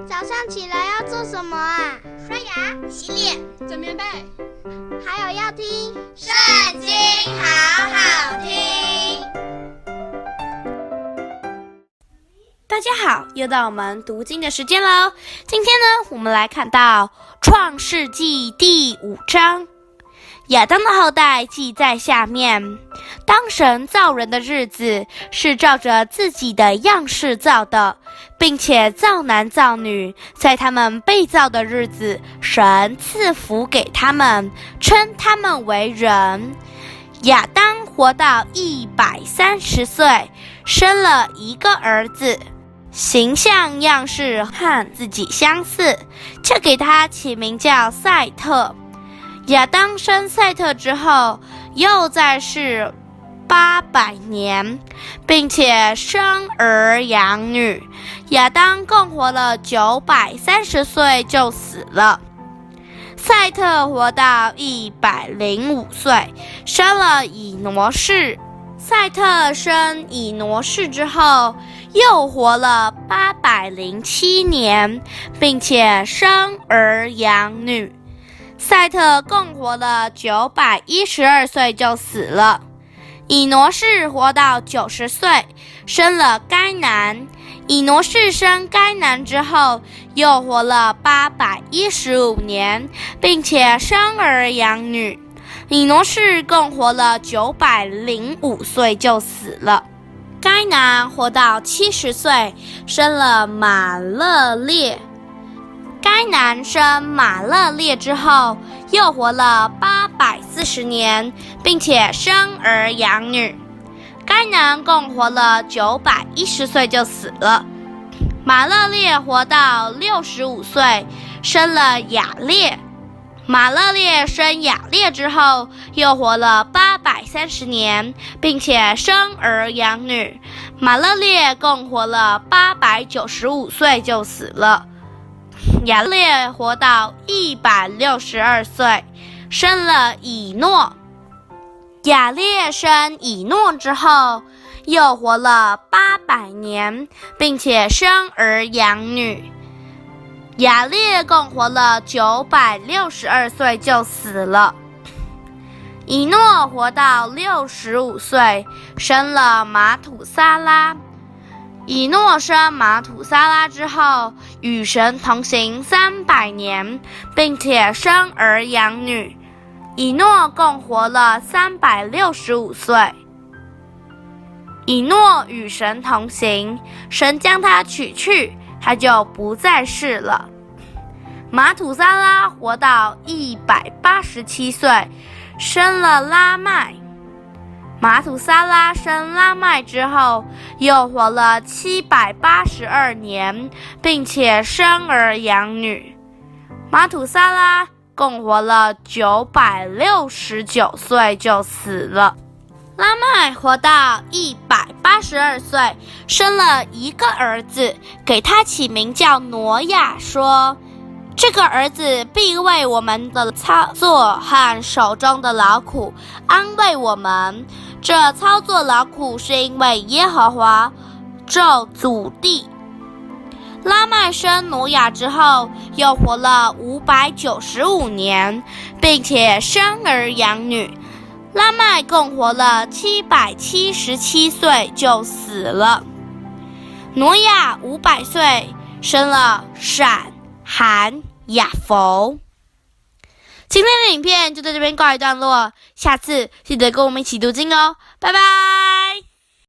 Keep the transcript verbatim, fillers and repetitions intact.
早上起来要做什么啊？ 刷牙、洗脸、 整棉被， 还有要听《 圣经》，好好听。 大家好，又到我们读经的时间喽。今天呢，我们来看到创世纪第五章。亚当的后代记在下面。当神造人的日子，是照着自己的样式造的，并且造男造女，在他们被造的日子，神赐福给他们，称他们为人。亚当活到一百三十岁，生了一个儿子，形象样式和自己相似，就给他起名叫赛特。亚当生赛特之后，又在世八百年，并且生儿养女。亚当共活了九百三十岁就死了。赛特活到一百零五岁，生了以挪士。赛特生以挪士之后，又活了八百零七年，并且生儿养女。赛特共活了九百一十二岁就死了。以挪士活到九十岁，生了该南。以挪士生该南之后，又活了八百一十五年，并且生儿养女。以挪士共活了九百零五岁就死了。该南活到七十岁，生了马勒列。该南生马勒列之后，又活了八百四十年，并且生儿养女。该南共活了九百一十岁就死了。马勒列活到六十五岁，生了雅列。马勒列生雅列之后，又活了八百三十年，并且生儿养女。马勒列共活了八百九十五岁就死了。雅列活到一百六十二岁，生了以诺。雅列生以诺之后，又活了八百年，并且生儿养女。雅列共活了九百六十二岁就死了。以诺活到六十五岁，生了马土撒拉。以诺生马土撒拉之后，与神同行三百年，并且生儿养女。以诺共活了三百六十五岁。以诺与神同行，神将他取去，他就不再世了。马土撒拉活到一百八十七岁，生了拉麦。马土撒拉生拉麦之后，又活了七百八十二年，并且生儿养女。马土撒拉共活了九百六十九岁就死了。拉麦活到一百八十二岁，生了一个儿子，给他起名叫挪亚，说：这个儿子必为我们的操作和手中的劳苦安慰我们。这操作劳苦是因为耶和华咒诅地。拉麦生挪亚之后，又活了五百九十五年，并且生儿养女。拉麦共活了七百七十七岁就死了。挪亚五百岁，生了闪、含、雅弗。今天的影片就在这边告一段落，下次记得跟我们一起读经哦，拜拜。